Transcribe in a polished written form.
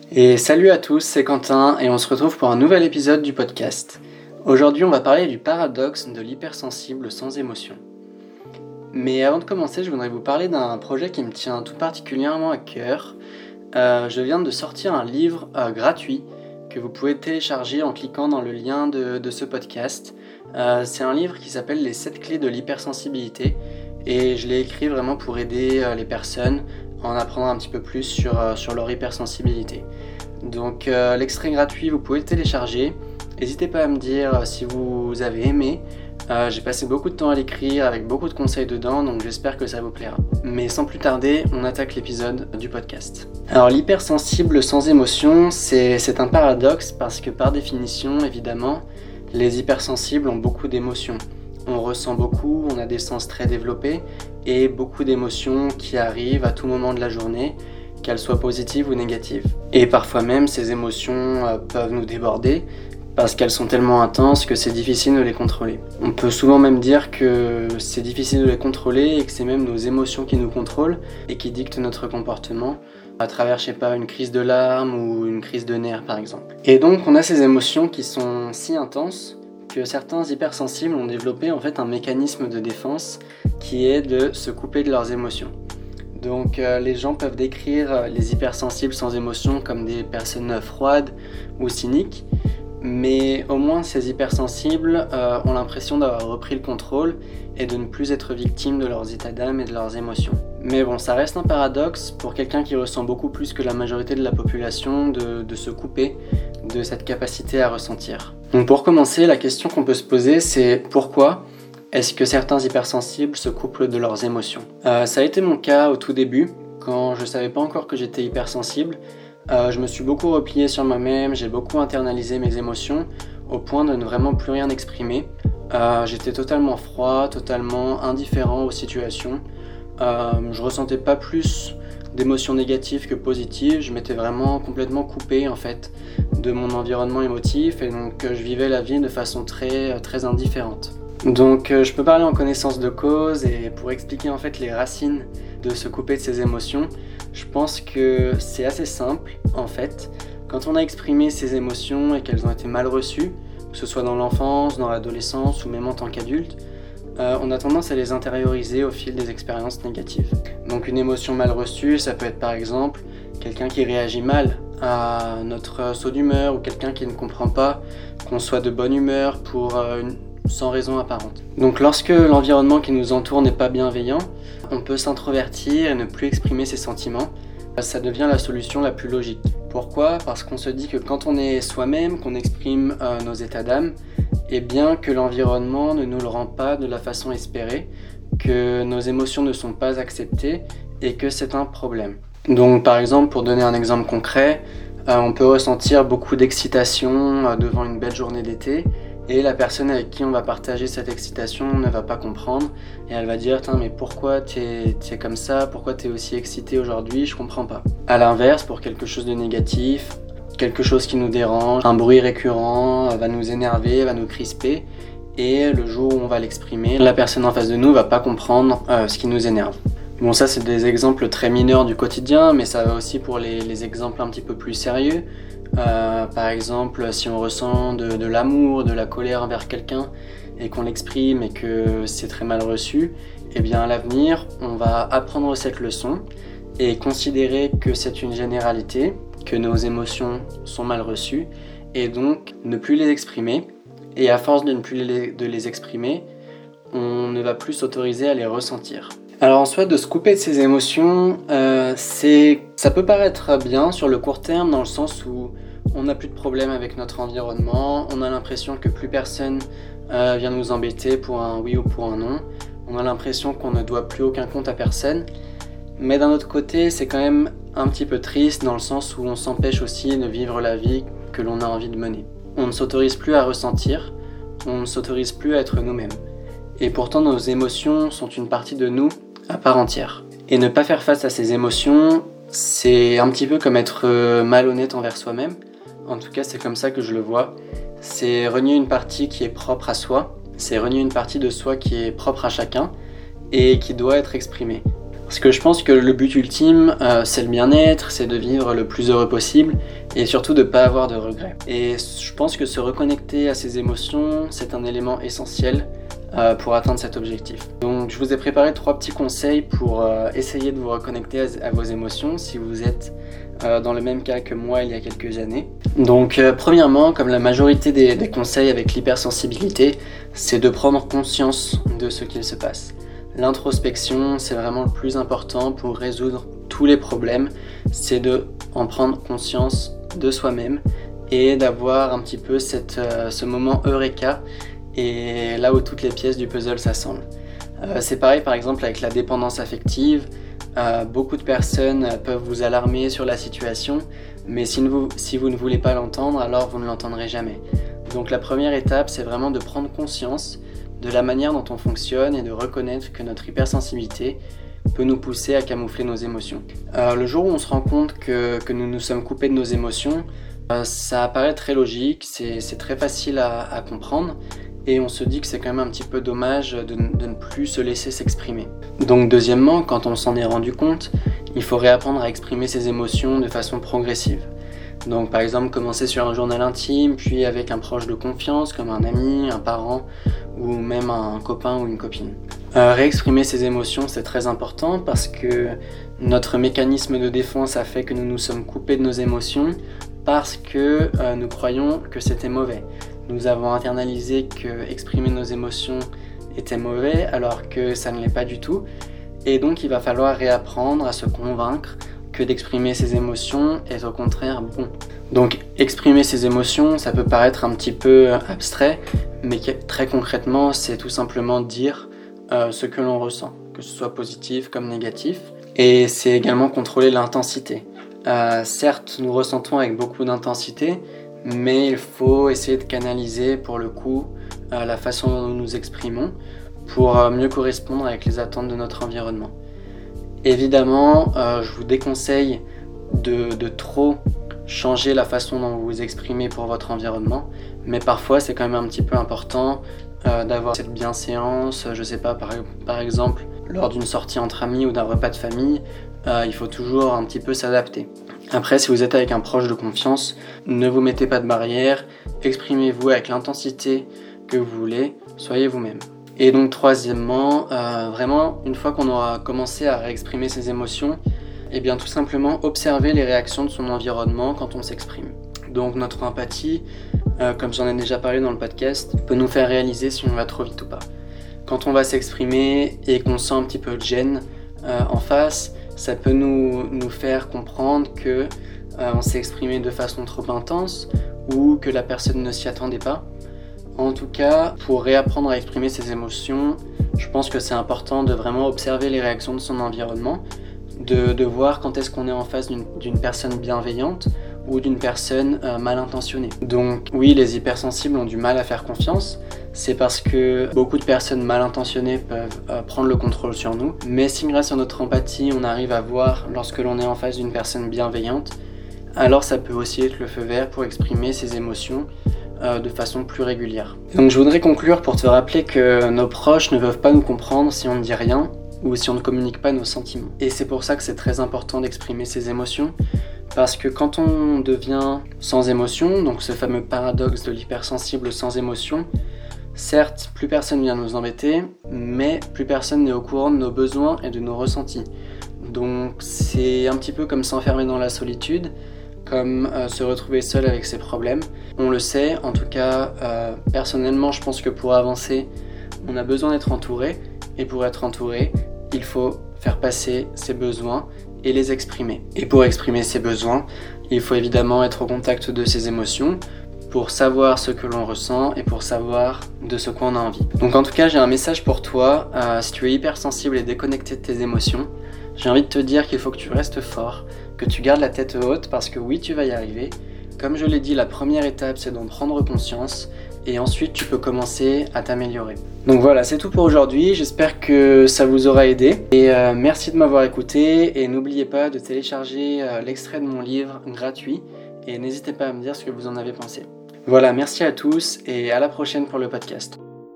Et salut à tous, c'est Quentin et on se retrouve pour un nouvel épisode du podcast. Aujourd'hui, on va parler du paradoxe de l'hypersensible sans émotion. Mais avant de commencer, je voudrais vous parler d'un projet qui me tient tout particulièrement à cœur. Je viens de sortir un livre gratuit que vous pouvez télécharger en cliquant dans le lien de ce podcast. C'est un livre qui s'appelle Les 7 clés de l'hypersensibilité et je l'ai écrit vraiment pour aider les personnes à en apprendre un petit peu plus sur leur hypersensibilité. Donc l'extrait gratuit, vous pouvez le télécharger. N'hésitez pas à me dire si vous avez aimé. J'ai passé beaucoup de temps à l'écrire avec beaucoup de conseils dedans, donc j'espère que ça vous plaira. Mais sans plus tarder, on attaque l'épisode du podcast. Alors l'hypersensible sans émotion, c'est un paradoxe parce que par définition, évidemment, les hypersensibles ont beaucoup d'émotions. On ressent beaucoup, on a des sens très développés et beaucoup d'émotions qui arrivent à tout moment de la journée, qu'elles soient positives ou négatives. Et parfois même, ces émotions peuvent nous déborder parce qu'elles sont tellement intenses que c'est difficile de les contrôler. On peut souvent même dire que c'est difficile de les contrôler et que c'est même nos émotions qui nous contrôlent et qui dictent notre comportement à travers, une crise de larmes ou une crise de nerfs par exemple. Et donc on a ces émotions qui sont si intenses que certains hypersensibles ont développé en fait un mécanisme de défense qui est de se couper de leurs émotions. Donc les gens peuvent décrire les hypersensibles sans émotion comme des personnes froides ou cyniques, mais au moins ces hypersensibles ont l'impression d'avoir repris le contrôle et de ne plus être victimes de leurs états d'âme et de leurs émotions. Mais bon, ça reste un paradoxe pour quelqu'un qui ressent beaucoup plus que la majorité de la population de se couper de cette capacité à ressentir. Donc pour commencer, la question qu'on peut se poser, c'est pourquoi est-ce que certains hypersensibles se coupent de leurs émotions ? Ça a été mon cas au tout début, quand je ne savais pas encore que j'étais hypersensible. Je me suis beaucoup replié sur moi-même, j'ai beaucoup internalisé mes émotions, au point de ne vraiment plus rien exprimer. J'étais totalement froid, totalement indifférent aux situations. Je ressentais pas plus d'émotions négatives que positives, je m'étais vraiment complètement coupé en fait de mon environnement émotif et donc je vivais la vie de façon très, très indifférente. Donc je peux parler en connaissance de cause et pour expliquer en fait les racines de se couper de ses émotions, je pense que c'est assez simple en fait. Quand on a exprimé ses émotions et qu'elles ont été mal reçues, que ce soit dans l'enfance, dans l'adolescence ou même en tant qu'adulte, on a tendance à les intérioriser au fil des expériences négatives. Donc une émotion mal reçue, ça peut être par exemple quelqu'un qui réagit mal à notre saut d'humeur ou quelqu'un qui ne comprend pas qu'on soit de bonne humeur sans raison apparente. Donc lorsque l'environnement qui nous entoure n'est pas bienveillant, on peut s'introvertir et ne plus exprimer ses sentiments. Ça devient la solution la plus logique. Pourquoi ? Parce qu'on se dit que quand on est soi-même, qu'on exprime nos états d'âme, et bien que l'environnement ne nous le rend pas de la façon espérée, que nos émotions ne sont pas acceptées et que c'est un problème. Donc par exemple, pour donner un exemple concret, on peut ressentir beaucoup d'excitation devant une belle journée d'été et la personne avec qui on va partager cette excitation ne va pas comprendre et elle va dire « mais pourquoi t'es comme ça ? Pourquoi t'es aussi excité aujourd'hui ? Je comprends pas. » À l'inverse, pour quelque chose de négatif, quelque chose qui nous dérange, un bruit récurrent va nous énerver, va nous crisper et le jour où on va l'exprimer, la personne en face de nous va pas comprendre ce qui nous énerve. Bon, ça c'est des exemples très mineurs du quotidien, mais ça va aussi pour les exemples un petit peu plus sérieux. Par exemple, si on ressent de l'amour, de la colère envers quelqu'un et qu'on l'exprime et que c'est très mal reçu, eh bien à l'avenir, on va apprendre cette leçon et considérer que c'est une généralité, que nos émotions sont mal reçues et donc ne plus les exprimer. Et à force de ne plus les exprimer, on ne va plus s'autoriser à les ressentir. Alors en soi, de se couper de ses émotions, ça peut paraître bien sur le court terme dans le sens où on n'a plus de problème avec notre environnement, on a l'impression que plus personne vient nous embêter pour un oui ou pour un non, on a l'impression qu'on ne doit plus aucun compte à personne, mais d'un autre côté, c'est quand même un petit peu triste dans le sens où on s'empêche aussi de vivre la vie que l'on a envie de mener. On ne s'autorise plus à ressentir, on ne s'autorise plus à être nous-mêmes. Et pourtant, nos émotions sont une partie de nous à part entière. Et ne pas faire face à ces émotions, c'est un petit peu comme être malhonnête envers soi-même. En tout cas, c'est comme ça que je le vois. C'est renier une partie qui est propre à soi, c'est renier une partie de soi qui est propre à chacun et qui doit être exprimée. Parce que je pense que le but ultime, c'est le bien-être, c'est de vivre le plus heureux possible et surtout de ne pas avoir de regrets. Et je pense que se reconnecter à ses émotions, c'est un élément essentiel pour atteindre cet objectif. Donc je vous ai préparé 3 petits conseils pour essayer de vous reconnecter à vos émotions si vous êtes dans le même cas que moi il y a quelques années. Donc premièrement, comme la majorité des conseils avec l'hypersensibilité, c'est de prendre conscience de ce qu'il se passe. L'introspection, c'est vraiment le plus important pour résoudre tous les problèmes, c'est de en prendre conscience de soi-même et d'avoir un petit peu ce moment eureka et là où toutes les pièces du puzzle s'assemblent. C'est pareil par exemple avec la dépendance affective. Beaucoup de personnes peuvent vous alarmer sur la situation, mais si vous ne voulez pas l'entendre, alors vous ne l'entendrez jamais. Donc la première étape, c'est vraiment de prendre conscience de la manière dont on fonctionne et de reconnaître que notre hypersensibilité peut nous pousser à camoufler nos émotions. Le jour où on se rend compte que nous nous sommes coupés de nos émotions, ça apparaît très logique, c'est très facile à comprendre et on se dit que c'est quand même un petit peu dommage de ne plus se laisser s'exprimer. Donc deuxièmement, quand on s'en est rendu compte, il faut réapprendre à exprimer ses émotions de façon progressive. Donc par exemple commencer sur un journal intime, puis avec un proche de confiance comme un ami, un parent ou même un copain ou une copine. Réexprimer ses émotions, c'est très important parce que notre mécanisme de défense a fait que nous nous sommes coupés de nos émotions parce que nous croyons que c'était mauvais. Nous avons internalisé que exprimer nos émotions était mauvais alors que ça ne l'est pas du tout. Et donc il va falloir réapprendre à se convaincre que d'exprimer ses émotions est au contraire bon. Donc exprimer ses émotions, ça peut paraître un petit peu abstrait, mais très concrètement, c'est tout simplement dire ce que l'on ressent, que ce soit positif comme négatif. Et c'est également contrôler l'intensité. Certes, nous ressentons avec beaucoup d'intensité, mais il faut essayer de canaliser pour le coup la façon dont nous nous exprimons pour mieux correspondre avec les attentes de notre environnement. Évidemment, je vous déconseille de trop changer la façon dont vous vous exprimez pour votre environnement, mais parfois c'est quand même un petit peu important d'avoir cette bienséance, je sais pas, par exemple, lors d'une sortie entre amis ou d'un repas de famille, il faut toujours un petit peu s'adapter. Après, si vous êtes avec un proche de confiance, ne vous mettez pas de barrière, exprimez-vous avec l'intensité que vous voulez, soyez vous-même. Et donc troisièmement, vraiment, une fois qu'on aura commencé à réexprimer ses émotions, eh bien tout simplement observer les réactions de son environnement quand on s'exprime. Donc notre empathie, comme j'en ai déjà parlé dans le podcast, peut nous faire réaliser si on va trop vite ou pas. Quand on va s'exprimer et qu'on sent un petit peu de gêne en face, ça peut nous faire comprendre que on s'est exprimé de façon trop intense ou que la personne ne s'y attendait pas. En tout cas, pour réapprendre à exprimer ses émotions, je pense que c'est important de vraiment observer les réactions de son environnement, de voir quand est-ce qu'on est en face d'une personne bienveillante ou d'une personne mal intentionnée. Donc oui, les hypersensibles ont du mal à faire confiance, c'est parce que beaucoup de personnes mal intentionnées peuvent prendre le contrôle sur nous, mais si grâce à notre empathie, on arrive à voir lorsque l'on est en face d'une personne bienveillante, alors ça peut aussi être le feu vert pour exprimer ses émotions de façon plus régulière. Donc je voudrais conclure pour te rappeler que nos proches ne peuvent pas nous comprendre si on ne dit rien ou si on ne communique pas nos sentiments. Et c'est pour ça que c'est très important d'exprimer ses émotions, parce que quand on devient sans émotion, donc ce fameux paradoxe de l'hypersensible sans émotion, certes, plus personne vient nous embêter, mais plus personne n'est au courant de nos besoins et de nos ressentis. Donc c'est un petit peu comme s'enfermer dans la solitude, comme se retrouver seul avec ses problèmes. On le sait, en tout cas, personnellement, je pense que pour avancer, on a besoin d'être entouré, et pour être entouré, il faut faire passer ses besoins et les exprimer. Et pour exprimer ses besoins, il faut évidemment être au contact de ses émotions, pour savoir ce que l'on ressent et pour savoir de ce qu'on a envie. Donc en tout cas, j'ai un message pour toi. Si tu es hypersensible et déconnecté de tes émotions, j'ai envie de te dire qu'il faut que tu restes fort, que tu gardes la tête haute parce que oui, tu vas y arriver. Comme je l'ai dit, la première étape, c'est d'en prendre conscience et ensuite tu peux commencer à t'améliorer. Donc voilà, c'est tout pour aujourd'hui. J'espère que ça vous aura aidé et merci de m'avoir écouté et n'oubliez pas de télécharger l'extrait de mon livre gratuit et n'hésitez pas à me dire ce que vous en avez pensé. Voilà, merci à tous et à la prochaine pour le podcast.